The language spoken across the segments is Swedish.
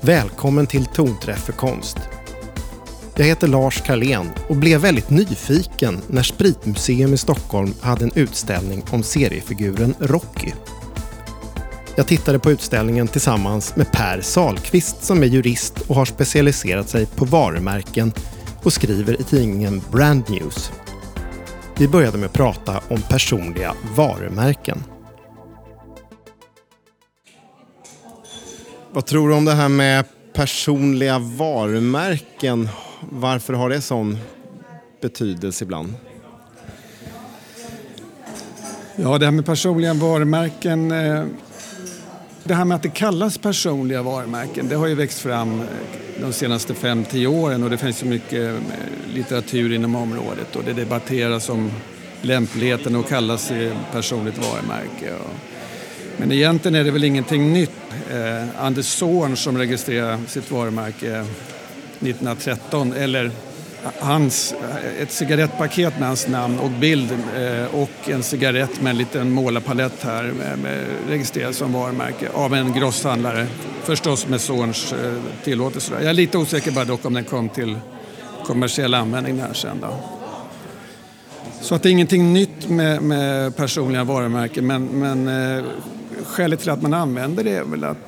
Välkommen till Tonträff för konst. Jag heter Lars Karlén och blev väldigt nyfiken när Spritmuseum i Stockholm hade en utställning om seriefiguren Rocky. Jag tittade på utställningen tillsammans med Per Sahlqvist som är jurist och har specialiserat sig på varumärken och skriver i tidningen Brand News. Vi började med att prata om personliga varumärken. Vad tror du om det här med personliga varumärken? Varför har det sån betydelse ibland? Ja, det här med personliga varumärken, det här med att det kallas personliga varumärken, det har ju växt fram de senaste 5-10 åren och det finns så mycket litteratur inom området och det debatteras om lämpligheten att kalla sig personligt varumärke. Men egentligen är det väl ingenting nytt. Anders Zorn som registrerade sitt varumärke 1913, eller ett cigarettpaket med hans namn och bild och en cigarett med en liten målarpalett här registrerad som varumärke av en grosshandlare. Förstås med Zorns tillåtelse. Jag är lite osäker bara dock om den kom till kommersiell användning där sen då. Så att det är ingenting nytt med personliga varumärken men skälet till att man använder det är väl att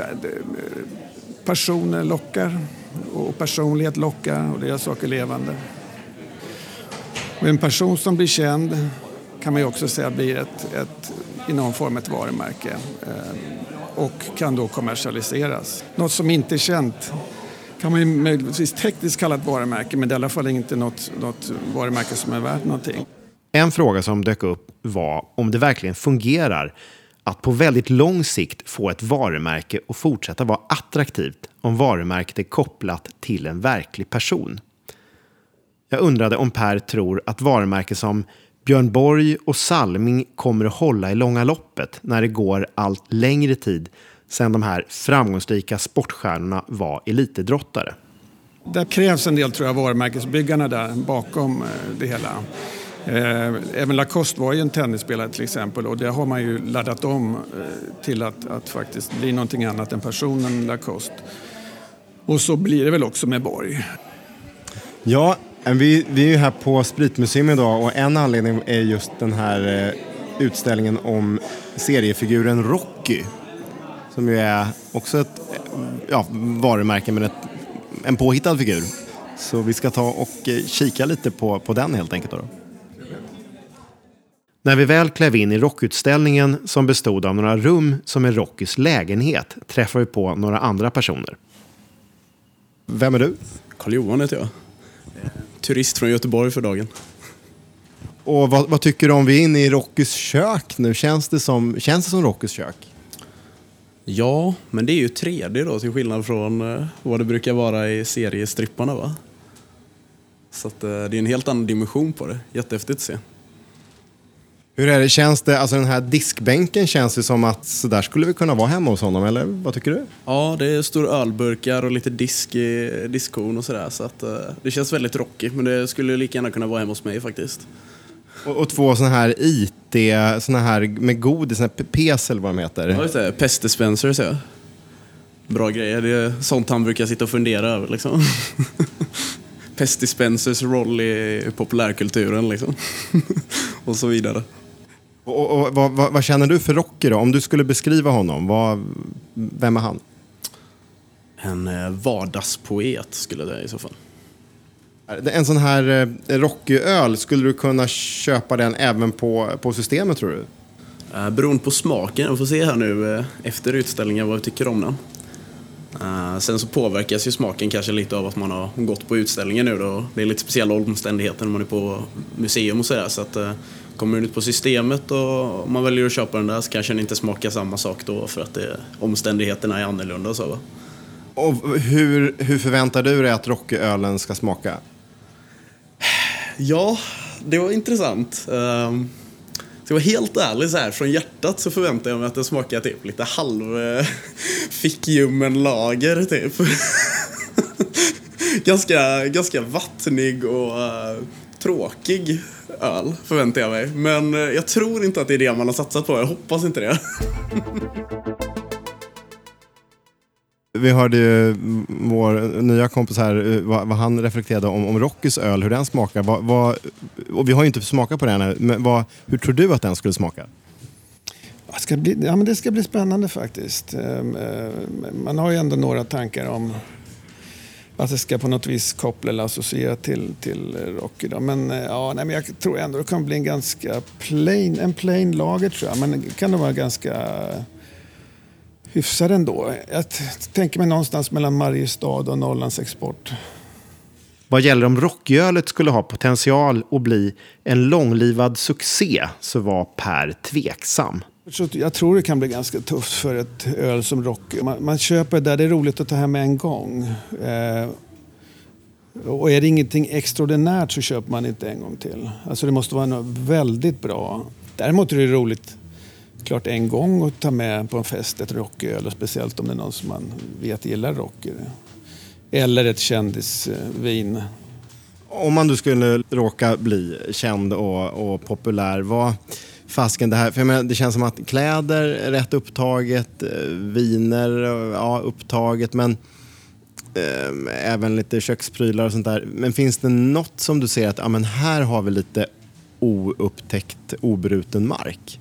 personer lockar och personlighet lockar och deras saker levande. Och en person som blir känd kan man ju också säga blir i någon form ett varumärke och kan då kommersialiseras. Något som inte är känt kan man ju möjligtvis tekniskt kalla ett varumärke, men det är i alla fall inte något varumärke som är värt någonting. En fråga som dök upp var om det verkligen fungerar att på väldigt lång sikt få ett varumärke och fortsätta vara attraktivt om varumärket är kopplat till en verklig person. Jag undrade om Per tror att varumärken som Björn Borg och Salming kommer att hålla i långa loppet när det går allt längre tid sedan de här framgångsrika sportstjärnorna var elitidrottare. Det krävs en del, tror jag, varumärkesbyggarna där bakom det hela. Även Lacoste var ju en tennisspelare till exempel och det har man ju laddat om till att faktiskt bli någonting annat än personen Lacoste. Och så blir det väl också med Borg. Ja, vi är ju här på Spritmuseum idag och en anledning är just den här utställningen om seriefiguren Rocky. Som ju är också ett varumärke men en påhittad figur. Så vi ska ta och kika lite på den helt enkelt då. När vi väl klev in i rockutställningen som bestod av några rum som är Rockys lägenhet träffade vi på några andra personer. Vem är du? Carl-Johan heter jag. Turist från Göteborg för dagen. Och vad tycker du om vi är inne i Rockys kök nu? Känns det som Rockys kök? Ja, men det är ju 3D då till skillnad från vad det brukar vara i seriestripparna, va? Så att, det är en helt annan dimension på det. Jättehäftigt att se. Hur är det? Känns det, alltså den här diskbänken känns det som att så där skulle vi kunna vara hemma hos honom, eller vad tycker du? Ja, det är stora ölburkar och lite diskhon och sådär, så att det känns väldigt rockigt, men det skulle lika gärna kunna vara hemma hos mig faktiskt. Och 2 såna här såna här med godis, såna här PPs eller vad de heter. Ja, just det. Pest dispenser, så jag. Bra grejer, det är sånt han brukar sitta och fundera över liksom. Pest dispensers roll i populärkulturen liksom. Och så vidare. Och vad känner du för Rocky då? Om du skulle beskriva honom, vem är han? En vardagspoet skulle det i så fall. En sån här Rocky-öl, skulle du kunna köpa den även på systemet, tror du? Beroende på smaken. Jag får se här nu efter utställningen vad vi tycker om den. Sen så påverkas ju smaken kanske lite av att man har gått på utställningen nu då. Det är lite speciella omständigheter när man är på museum och sådär, så att kommer den ut på systemet och om man väljer att köpa den där så kanske den inte smakar samma sak då för att omständigheterna är annorlunda och så, va? Och hur förväntar du dig att Rocky-ölen ska smaka? Ja, det var intressant. Så jag var helt ärlig så här, från hjärtat så förväntade jag mig att den smakar typ lite fickljummen lager typ. ganska vattnig och tråkig öl förväntar jag mig. Men jag tror inte att det är det man har satsat på. Jag hoppas inte det. Vi hörde ju vår nya kompis här, vad han reflekterade om Rockys öl, hur den smakar. Och vi har ju inte smakat på den här, men hur tror du att den skulle smaka? Det ska bli spännande faktiskt. Man har ju ändå några tankar om att det ska på något vis koppla eller associera till Rocky. Då. Men jag tror ändå det kommer bli en ganska plain lager, tror jag. Men det kan nog vara ganska hyfsad ändå. Jag tänker mig någonstans mellan Mariestad och Norrlands export. Vad gäller om Rockyölet skulle ha potential att bli en långlivad succé, så var Per tveksam. Jag tror det kan bli ganska tufft för ett öl som Rocky. Man köper där det är roligt att ta hem en gång. Och är det ingenting extraordinärt så köper man inte en gång till. Alltså det måste vara något väldigt bra. Däremot är det roligt, klart en gång att ta med på en fest ett Rocky-öl. Och speciellt om det är någon som man vet gillar Rocky. Eller ett kändisvin. Om man du skulle råka bli känd och populär, vad fasken det här? För jag menar, det känns som att kläder är rätt upptaget, viner upptaget, men även lite köksprylar och sånt där. Men finns det något som du ser att men här har vi lite oupptäckt, obruten mark?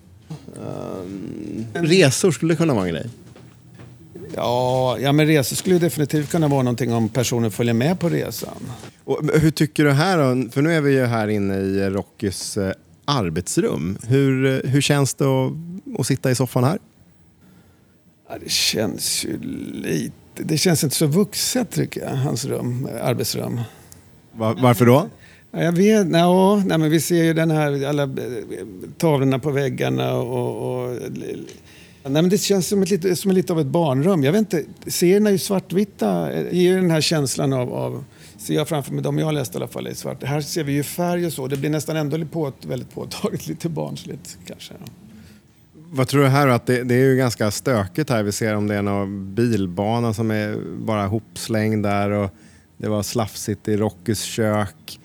Resor skulle kunna vara en grej. Ja, men resor skulle definitivt kunna vara någonting om personen följer med på resan. Och hur tycker du här då? För nu är vi ju här inne i Rockys arbetsrum. Hur känns det att sitta i soffan här? Ja, det känns ju lite... Det känns inte så vuxet, tycker jag, hans arbetsrum. Varför då? Ja, jag vet. Men vi ser ju den här, alla tavlorna på väggarna och men det känns som lite av ett barnrum. Jag vet inte, serierna är ju svartvita, ger den här känslan av ser jag framför mig, de jag har läst i alla fall är svart. Här ser vi ju färg och så. Det blir nästan ändå väldigt påtagligt, lite barnsligt kanske. Vad tror du här att det är ju ganska stökigt här. Vi ser om det är någon bilbana som är bara hopslängd där och det var slafsigt i Rockys kök.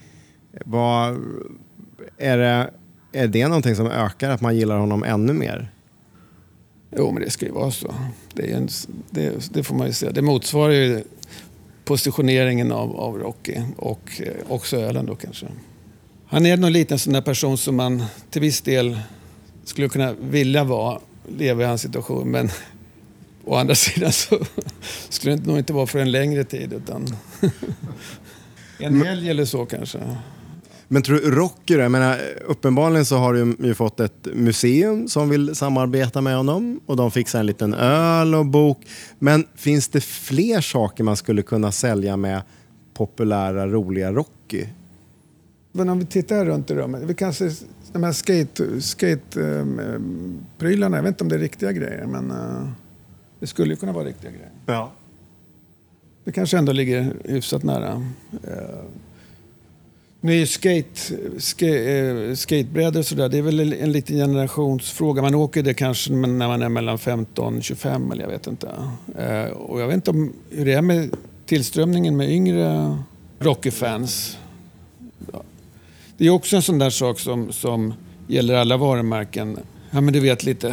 Är det någonting som ökar att man gillar honom ännu mer? Jo, men det ska ju vara så. Det får man ju säga. Det motsvarar ju positioneringen av Rocky och också ölen då kanske. Han är nog lite en sån där person som man till viss del skulle kunna vilja leva i hans situation, men å andra sidan så skulle det nog inte vara för en längre tid utan en helg eller så kanske. Men tror du Rocky då? Jag menar, uppenbarligen så har du ju fått ett museum som vill samarbeta med honom och de fixar en liten öl och bok. Men finns det fler saker man skulle kunna sälja med populära, roliga Rocky? Men om vi tittar runt i rummet, vi kanske de här skate-prylarna, jag vet inte om det är riktiga grejer, men det skulle ju kunna vara riktiga grejer. Ja. Det kanske ändå ligger hyfsat nära. Nu är ju skatebrädor och sådär, det är väl en liten generationsfråga. Man åker det kanske när man är mellan 15 och 25 eller jag vet inte. Och jag vet inte hur det är med tillströmningen med yngre Rocky-fans. Ja. Det är också en sån där sak som gäller alla varumärken. Ja, men du vet lite...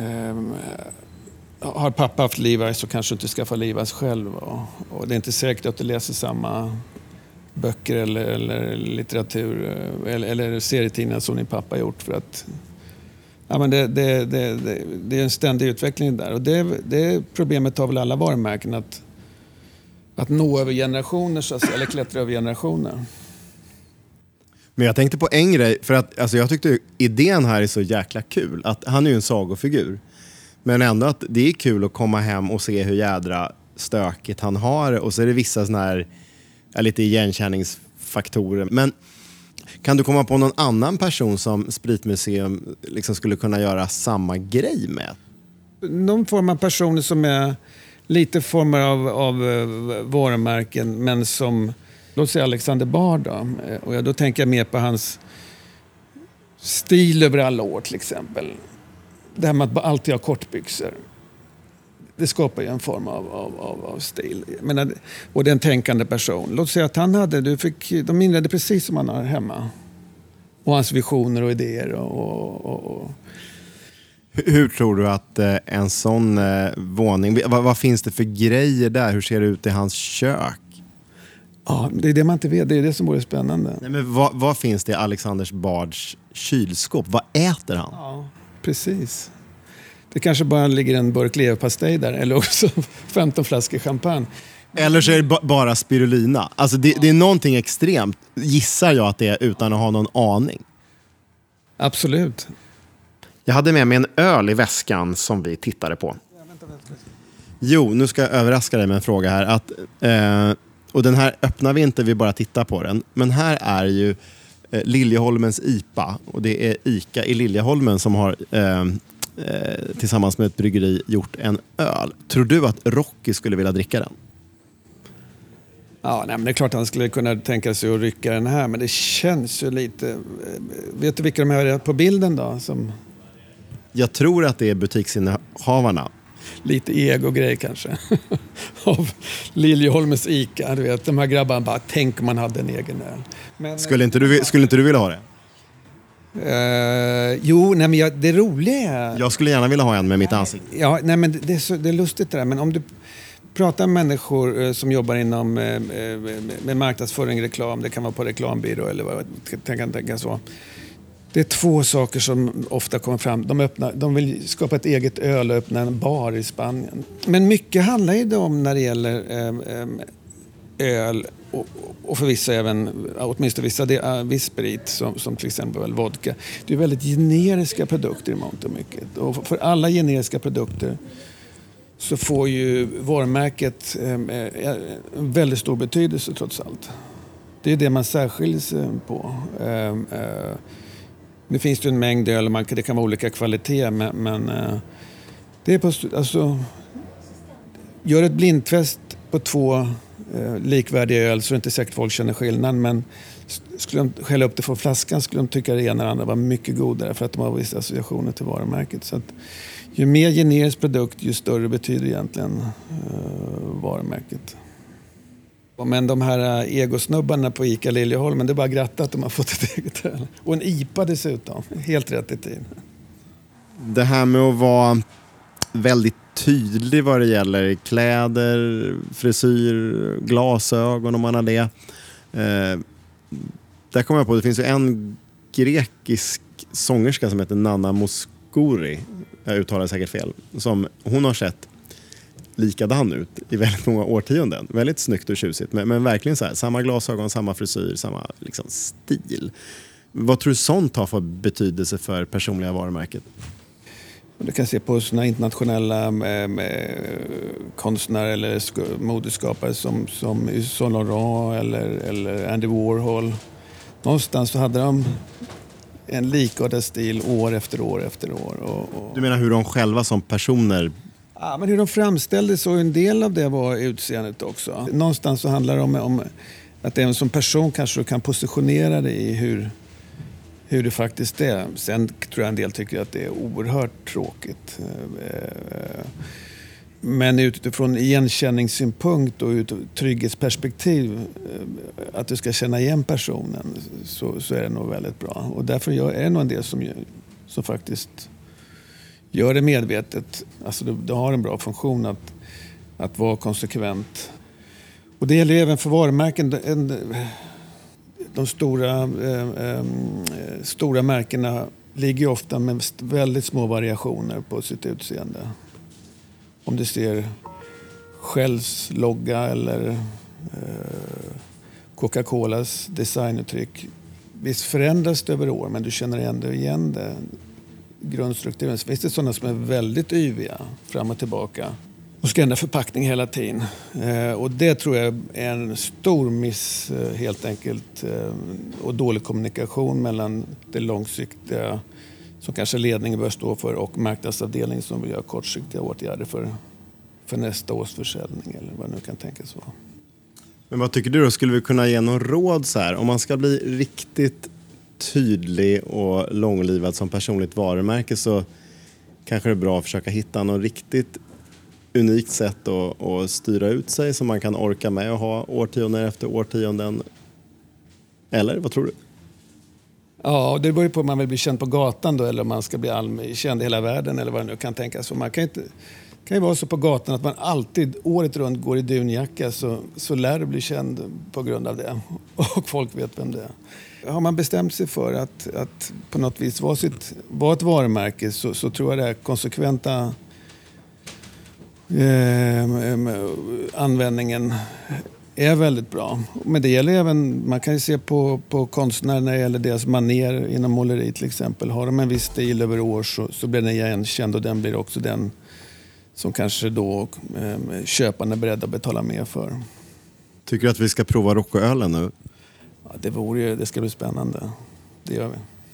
har pappa haft Levi's så kanske inte skaffa Levi's själv. Och det är inte säkert att du läser samma böcker eller litteratur eller serietidningar som din pappa gjort. För att det är en ständig utveckling där. Och det problemet har väl alla varumärken att nå över generationer så att säga, eller klättra över generationer. Men jag tänkte på en grej, för att alltså, jag tyckte idén här är så jäkla kul. Att han är ju en sagofigur. Men ändå att det är kul att komma hem och se hur jädra stökigt han har. Och så är det vissa såna här lite igenkänningsfaktorer. Men kan du komma på någon annan person som Spritmuseum liksom skulle kunna göra samma grej med? Någon form av personer som är lite former av varumärken, men som, låt säga Alexander Bard då. Och då tänker jag mer på hans stil över alla år till exempel. Det här med att alltid ha kortbyxor. Det skapar ju en form av stil. Och det är en tänkande person. Låt säga att de inredde precis som han har hemma. Och hans visioner och idéer. Hur tror du att en sån våning, vad finns det för grejer där? Hur ser det ut i hans kök? Ja, det är det man inte vet. Det är det som vore spännande. Nej, men vad finns det i Alexanders Bards kylskåp? Vad äter han? Ja, precis. Det kanske bara ligger en burk leverpastej där, eller också 15 flaskor champagne. Eller så är det bara spirulina. Alltså det är någonting extremt, gissar jag att det är, utan att ha någon aning. Absolut. Jag hade med mig en öl i väskan som vi tittade på. Jo, nu ska jag överraska dig med en fråga här. Och den här öppnar vi inte, vi bara tittar på den. Men här är ju Liljeholmens IPA. Och det är ICA i Liljeholmen som har tillsammans med ett bryggeri gjort en öl. Tror du att Rocky skulle vilja dricka den? Ja, nej, men det är klart att han skulle kunna tänka sig att rycka den här. Men det känns ju lite... Vet du vilka de här är på bilden då? Som... Jag tror att det är butiksinnehavarna. Lite ego-grej kanske. Av Liljeholmens ICA. Du vet, de här grabbarna bara, tänk om man hade en egen öl. Men, skulle inte du vilja ha det? Jo, nej, men det roliga är... Jag skulle gärna vilja ha en med mitt ansikte. Ja, nej, men det är lustigt det där. Men om du pratar med människor som jobbar inom med marknadsföring, reklam, det kan vara på reklambyrå eller vad jag kan tänka så. Det är två saker som ofta kommer fram. De vill skapa ett eget öl och öppna en bar i Spanien. Men mycket handlar ju om när det gäller öl och för vissa även, åtminstone vissa, det är viss sprit som till exempel vodka. Det är väldigt generiska produkter i mångt och mycket. Och för alla generiska produkter så får ju varumärket en väldigt stor betydelse trots allt. Det är det man särskiljer sig på. Det finns ju en mängd öl, det kan vara olika kvalitet, men det är alltså, gör ett blindtest på 2 likvärdiga öl så är det inte säkert folk känner skillnad, men skulle de skälla upp det från flaskan skulle de tycka det ena eller andra var mycket godare för att de har vissa associationer till varumärket. Så att ju mer generisk produkt, ju större betyder egentligen varumärket. Men de här egosnubbarna på ICA Liljeholmen, det är bara grattat att de har fått ett eget öl. Och en IPA dessutom, helt rätt i tid. Det här med att vara väldigt tydlig vad det gäller kläder, frisyr, glasögon om man har det. Där kommer jag på, det finns ju en grekisk sångerska som heter Nanna Mouskouri. Jag uttalar säkert fel. Som hon har sett likadan ut i väldigt många årtionden. Väldigt snyggt och tjusigt. Men verkligen så här, samma glasögon, samma frisyr, samma liksom, stil. Vad tror du sånt har för betydelse för personliga varumärket? Du kan se på såna internationella konstnärer eller modeskapare som Yves Saint Laurent eller Andy Warhol. Någonstans så hade de en likartad stil år efter år efter år. Du menar hur de själva som personer... Ja, men hur de framställdes, och en del av det var utseendet också. Någonstans så handlar det om att även som person kanske du kan positionera dig i hur det faktiskt är. Sen tror jag en del tycker att det är oerhört tråkigt. Men utifrån igenkänningssynpunkt och utifrån trygghetsperspektiv, att du ska känna igen personen, så är det nog väldigt bra. Och därför är det nog en del som faktiskt gör det medvetet. Alltså det har en bra funktion att vara konsekvent. Och det gäller även för varumärken. De stora märkena ligger ofta med väldigt små variationer på sitt utseende. Om du ser Shells logga eller Coca-Colas designuttryck. Visst förändras det över år, men du känner ändå igen det. Grundstrukturen. Så finns det sådana som är väldigt yviga fram och tillbaka och ska ändra förpackning hela tiden. Och det tror jag är en stor miss helt enkelt, och dålig kommunikation mellan det långsiktiga som kanske ledningen bör stå för och marknadsavdelningen som vill göra kortsiktiga åtgärder för nästa års försäljning eller vad det nu kan tänkas vara. Men vad tycker du då? Skulle vi kunna ge någon råd så här? Om man ska bli riktigt tydlig och långlivad som personligt varumärke så kanske det är bra att försöka hitta något riktigt unikt sätt att styra ut sig som man kan orka med och ha årtionden efter årtionden. Eller vad tror du? Ja, det beror ju på om man vill bli känd på gatan då, eller om man ska bli känd i hela världen eller vad det nu kan tänkas. Så man kan ju vara så på gatan att man alltid året runt går i dunjacka, så lär du bli känd på grund av det. Och folk vet vem det är. Har man bestämt sig för att på något vis vara ett varumärke, så tror jag det här konsekventa användningen är väldigt bra. Men det gäller även, man kan ju se på konstnärer när det gäller deras manér inom måleri till exempel. Har de en viss stil över år så blir den igenkänd, och den blir också den som kanske då köparna är beredda att betala mer för. Tycker du att vi ska prova Rocco-ölen nu? Ja, det ska bli spännande. Det gör vi.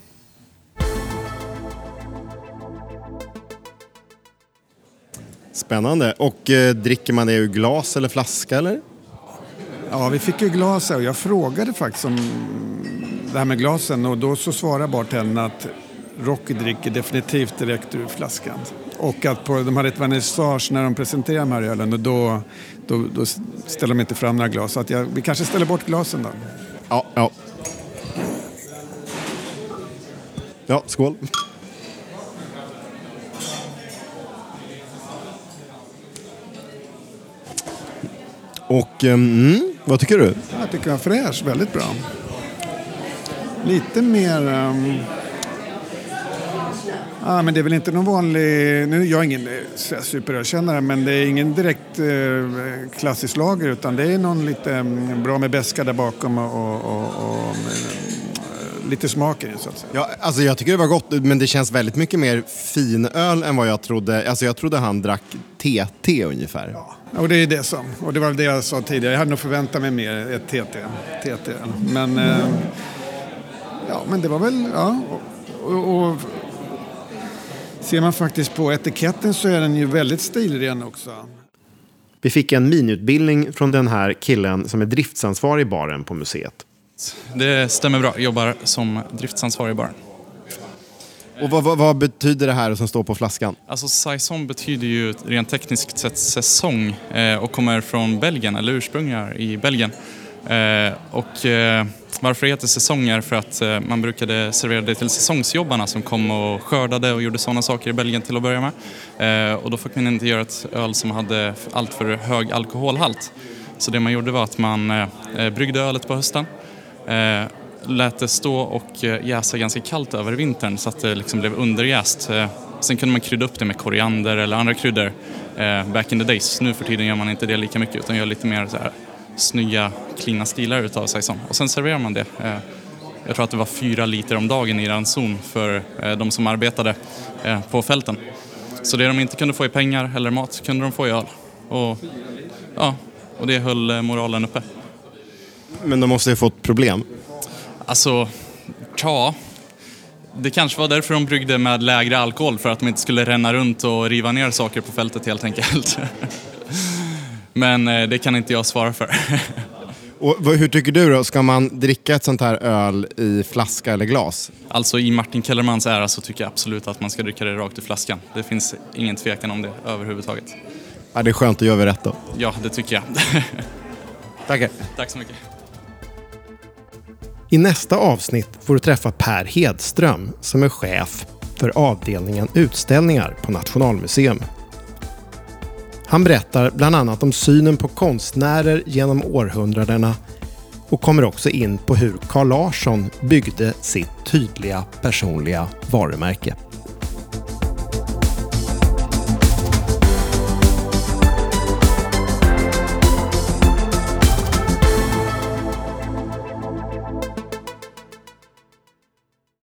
Spännande. Och dricker man det ur glas eller flaska eller? Ja, vi fick ju glas och jag frågade faktiskt om det här med glasen, och då så svarade bartendern att Rocky dricker definitivt direkt ur flaskan. Och att de hade ett vernissage när de presenterade de här ölen, och då ställer de inte fram några glas. Så att vi kanske ställer bort glasen då. Ja. Ja, skål. Och vad tycker du? Jag tycker den var fräsch, väldigt bra. Lite mer... men det är väl inte någon vanlig... Nu jag är ingen superölkännare, men det är ingen direkt klassisk lager, utan det är någon lite bra med beska där bakom och lite smaken så att säga. Ja, alltså jag tycker det var gott, men det känns väldigt mycket mer finöl än vad jag trodde. Alltså jag trodde han drack TT ungefär. Ja, och det är det som. Och det var det jag sa tidigare. Jag hade nog förväntat mig mer ett TT. Men men det var väl och ser man faktiskt på etiketten så är den ju väldigt stilren också. Vi fick en miniutbildning från den här killen som är driftsansvarig i baren på museet. Det stämmer bra. Jag jobbar som driftsansvarig i baren. Och vad betyder det här som står på flaskan? Alltså saison betyder ju rent tekniskt sett säsong och kommer från Belgien, eller ursprungar i Belgien. Varför det heter säsonger? För att man brukade servera det till säsongsjobbarna som kom och skördade och gjorde sådana saker i Belgien till att börja med. Och då fick man inte göra ett öl som hade allt för hög alkoholhalt. Så det man gjorde var att man bryggde ölet på hösten. Lät det stå och jäsa ganska kallt över vintern så att det liksom blev underjäst. Sen kunde man krydda upp det med koriander eller andra kryddor back in the days. Nu för tiden gör man inte det lika mycket utan gör lite mer så här snygga, klina stilar utav saison. Och sen serverar man det. Jag tror att det var 4 liter om dagen i ranson för de som arbetade på fälten. Så det de inte kunde få i pengar eller mat kunde de få i öl. Och det höll moralen uppe. Men de måste ju fått problem. Alltså, det kanske var därför de bryggde med lägre alkohol, för att de inte skulle ränna runt och riva ner saker på fältet helt enkelt. Men det kan inte jag svara för. Och hur tycker du då? Ska man dricka ett sånt här öl i flaska eller glas? Alltså i Martin Kellermans ära så tycker jag absolut att man ska dricka det rakt i flaskan. Det finns ingen tvekan om det överhuvudtaget. Ja, det är skönt att göra rätt då. Ja, det tycker jag. Tackar. Tack så mycket. I nästa avsnitt får du träffa Per Hedström som är chef för avdelningen utställningar på Nationalmuseum. Han berättar bland annat om synen på konstnärer genom århundradena och kommer också in på hur Carl Larsson byggde sitt tydliga personliga varumärke.